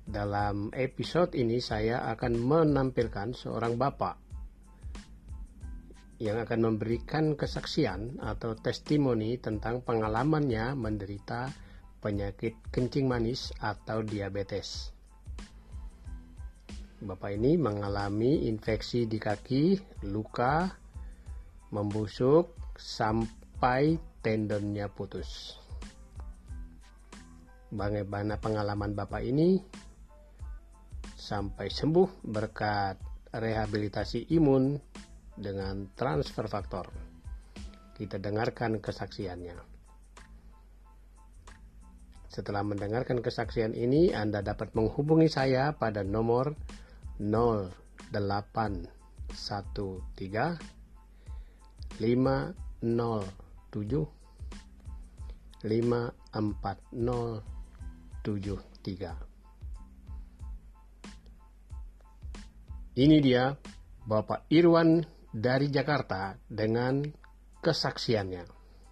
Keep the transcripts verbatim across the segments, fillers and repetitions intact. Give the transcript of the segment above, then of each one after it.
Dalam episode ini saya akan menampilkan seorang bapak yang akan memberikan kesaksian atau testimoni tentang pengalamannya menderita penyakit kencing manis atau diabetes. Bapak ini mengalami infeksi di kaki, luka, membusuk, sampai tendonnya putus. Bagaimana pengalaman Bapak ini sampai sembuh berkat rehabilitasi imun dengan transfer faktor? Kita dengarkan kesaksiannya. Setelah mendengarkan kesaksian ini, Anda dapat menghubungi saya pada nomor nol delapan satu tiga lima nol tujuh lima empat nol tujuh tiga. Ini dia Bapak Irwan dari Jakarta dengan kesaksiannya.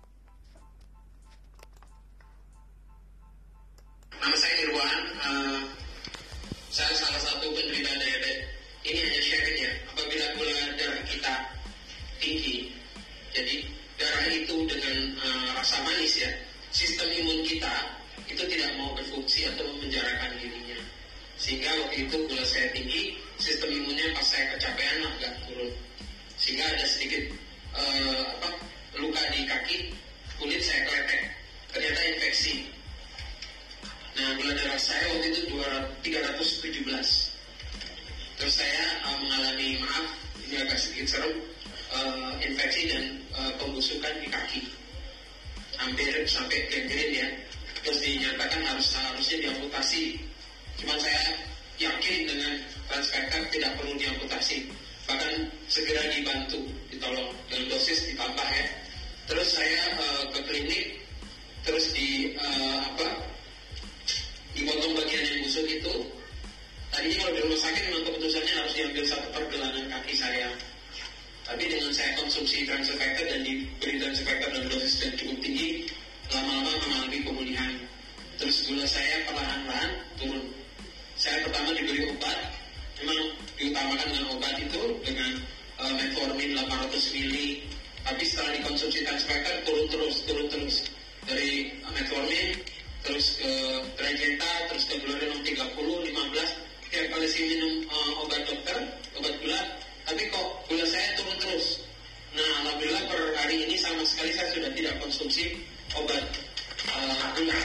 Nama saya Irwan, uh, saya salah satu penderita diabetes. Ini hanya sharing ya, apabila gula darah kita tinggi, jadi darah itu dengan uh, rasa manis ya, sistem imun kita itu tidak mau berfungsi atau memenjarakan dirinya, sehingga waktu itu gula saya tinggi, sistem imunnya pas saya kecapean agak turun, sehingga ada sedikit uh, apa luka di kaki, kulit saya kletek, ternyata infeksi. Nah, gula darah saya waktu itu tiga ratus tujuh belas. Terus saya uh, mengalami, maaf ini agak sedikit serem, uh, infeksi dan uh, pembusukan di kaki, hampir sampai gangren ya. Terus dinyatakan harus harusnya diamputasi. Cuman saya yakin dengan transfektor tidak perlu diamputasi, bahkan segera dibantu, ditolong dengan dosis ditambah ya. Terus saya uh, ke klinik, terus di uh, apa dipotong bagian yang busuk itu. Tadinya kalau di rumah sakit memang keputusannya harus diambil satu pergelangan kaki saya, tapi dengan saya konsumsi transfektor dan diberi transfektor dan dosis yang cukup tinggi, lama-lama mengalami pemulihan. Terus gula saya perlahan-lahan turun. Saya pertama diberi obat, memang diutamakan dengan obat itu dengan uh, metformin delapan ratus mili, tapi setelah dikonsumsi transfektor turun terus, turun terus dari uh, metformin, terus ke Trajenta, terus ke Glorenon tiga puluh, lima belas, tiap kali saya minum uh, obat dokter, obat gula, tapi kok gula saya turun terus. Nah, alhamdulillah per hari ini sama sekali saya sudah tidak konsumsi obat uh, gula.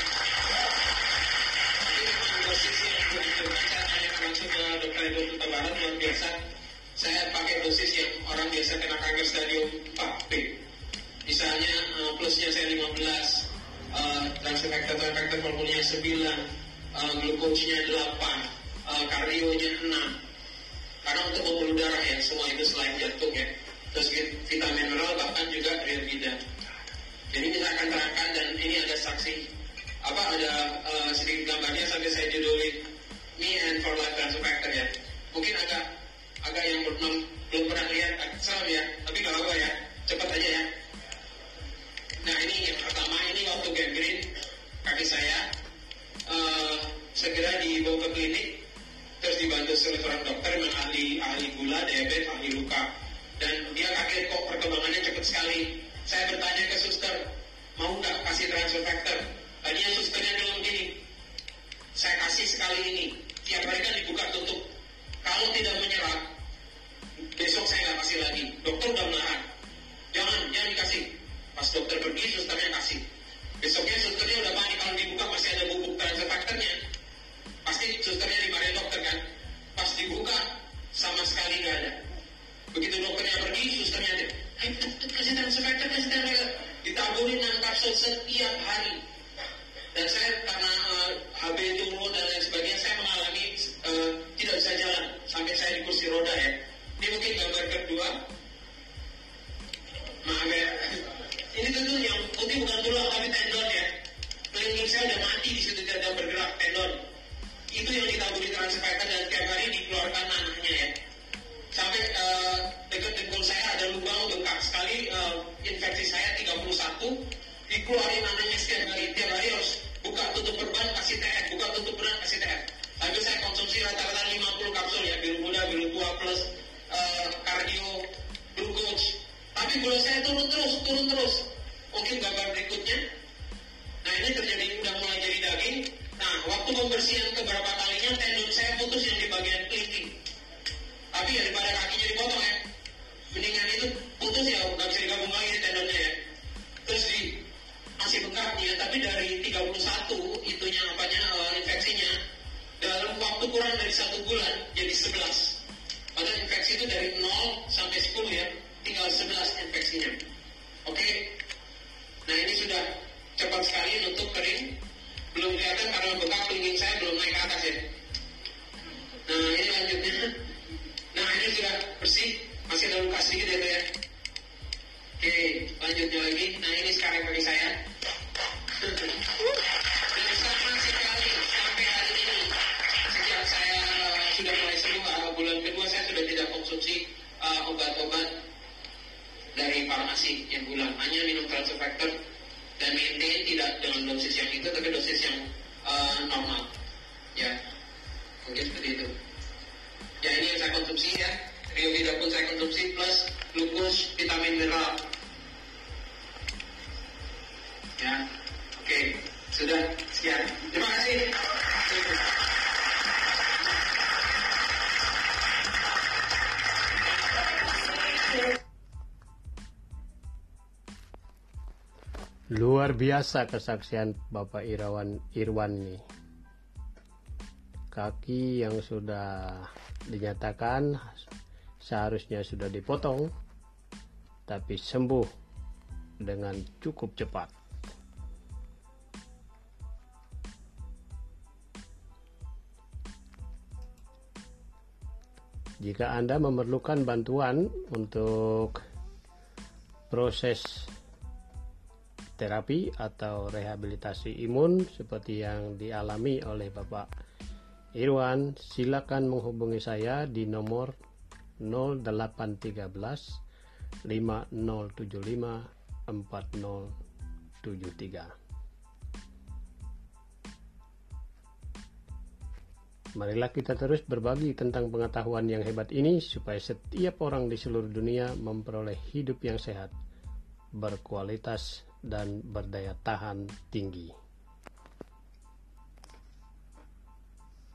Dosis yang dianjurkan saya tanyakan langsung ke dokter Edo Huta Barat, luar biasa. Saya pakai dosis yang orang biasa kena kanker stadium empat B. Misalnya uh, plusnya saya lima belas, uh, transfektor transfektor formulanya sembilan, uh, glukosnya delapan, uh, kardionya enam. Karena untuk pembuluh darah ya, semua itu selain jantung ya. Terus vitamin mineral bahkan juga Revida. Jadi kita akan terangkan, dan ini ada saksi apa ada uh, sedikit gambarnya sampai saya judulin Me and for Life Transfektor ya. Mungkin agak agak yang belum belum pernah lihat salam ya, tapi nggak apa-apa ya, cepat aja ya. Nah, ini yang pertama, ini waktu gangren kaki saya, uh, segera dibawa ke klinik, terus dibantu seorang dokter yang ahli ahli gula, diabetes, ahli luka, dan dia kaget kok perkembangannya cepat sekali. Saya bertanya ke suster, mau nggak kasih transfektor? Tadinya susternya bilang gini, saya kasih sekali ini, tiap hari kan dibuka tutup, kalau tidak menyerap, besok saya nggak kasih lagi. Dokter udah melarang, jangan, jangan dikasih. Pas dokter pergi, susternya kasih. Besoknya susternya udah panik, kalau dibuka masih ada bubuk transfektornya. Pasti susternya dimarahin dokter kan. Pas dibuka, sama sekali nggak ada. Begitu dokternya pergi, susternya ada, ayo kasih transfektor, kasih transfektor. Ditaburin enam kapsul setiap hari. Dan saya karena uh, H B turun dan lain sebagainya, saya mengalami uh, tidak bisa jalan sampai saya di kursi roda ya. Ini mungkin gambar kedua. Maaf ya. Ini tentu yang putih bukan tulang tapi tendon ya. Kelingking saya udah mati di situ, tidak ada bergerak tendon. Itu yang ditaburi transfektor dan tiap hari dikeluarkan nanahnya ya. Sampai uh, dekat dengkul saya ada lubang bengkak sekali, uh, infeksi saya tiga puluh satu, dikeluarin nanahnya setiap hari. Tiap hari harus buka tutup perban kasih T F, buka tutup perban kasih T F. Sampai saya pembersihan keberapa kalinya tendon saya putus yang di bagian kelingking. Tapi ya daripada kakinya dipotong ya, mendingan itu putus ya nggak bisa digabung lagi tendonnya ya. Terus di masih bengkak nih ya, tapi dari tiga puluh satu itunya apanya uh, infeksinya dalam waktu kurang dari satu bulan jadi sebelas. Padahal infeksi itu dari nol sampai sepuluh ya, tinggal sebelas infeksinya. Oke. Okay? Nah ini sudah cepat sekali nutup kering. Belum kelihatan karena bengkak kelingking saya belum naik ke atas ya. Nah ini lanjutnya. Nah ini sudah bersih, masih ada luka sedikit ya ya. Oke, lanjutnya lagi. Nah ini sekarang kaki saya. Dan sama sekali sampai hari ini sejak saya sudah mulai sembuh atau bulan kedua saya sudah tidak konsumsi uh, obat-obat dari farmasi yang bulan, hanya minum transfector dan maintain tidak dengan dosis yang itu tapi dosis yang uh, normal ya, mungkin seperti itu ya. Ini yang saya konsumsi ya, Riovida pun saya konsumsi plus glukus vitamin mineral ya. Oke, sudah sekian, terima kasih. Luar biasa kesaksian Bapak Irawan Irwan ini. Kaki yang sudah dinyatakan seharusnya sudah dipotong, tapi sembuh dengan cukup cepat. Jika Anda memerlukan bantuan untuk proses terapi atau rehabilitasi imun seperti yang dialami oleh Bapak Irwan, silakan menghubungi saya di nomor nol delapan satu tiga lima nol tujuh lima empat nol tujuh tiga. Marilah kita terus berbagi tentang pengetahuan yang hebat ini supaya setiap orang di seluruh dunia memperoleh hidup yang sehat, berkualitas, dan berdaya tahan tinggi.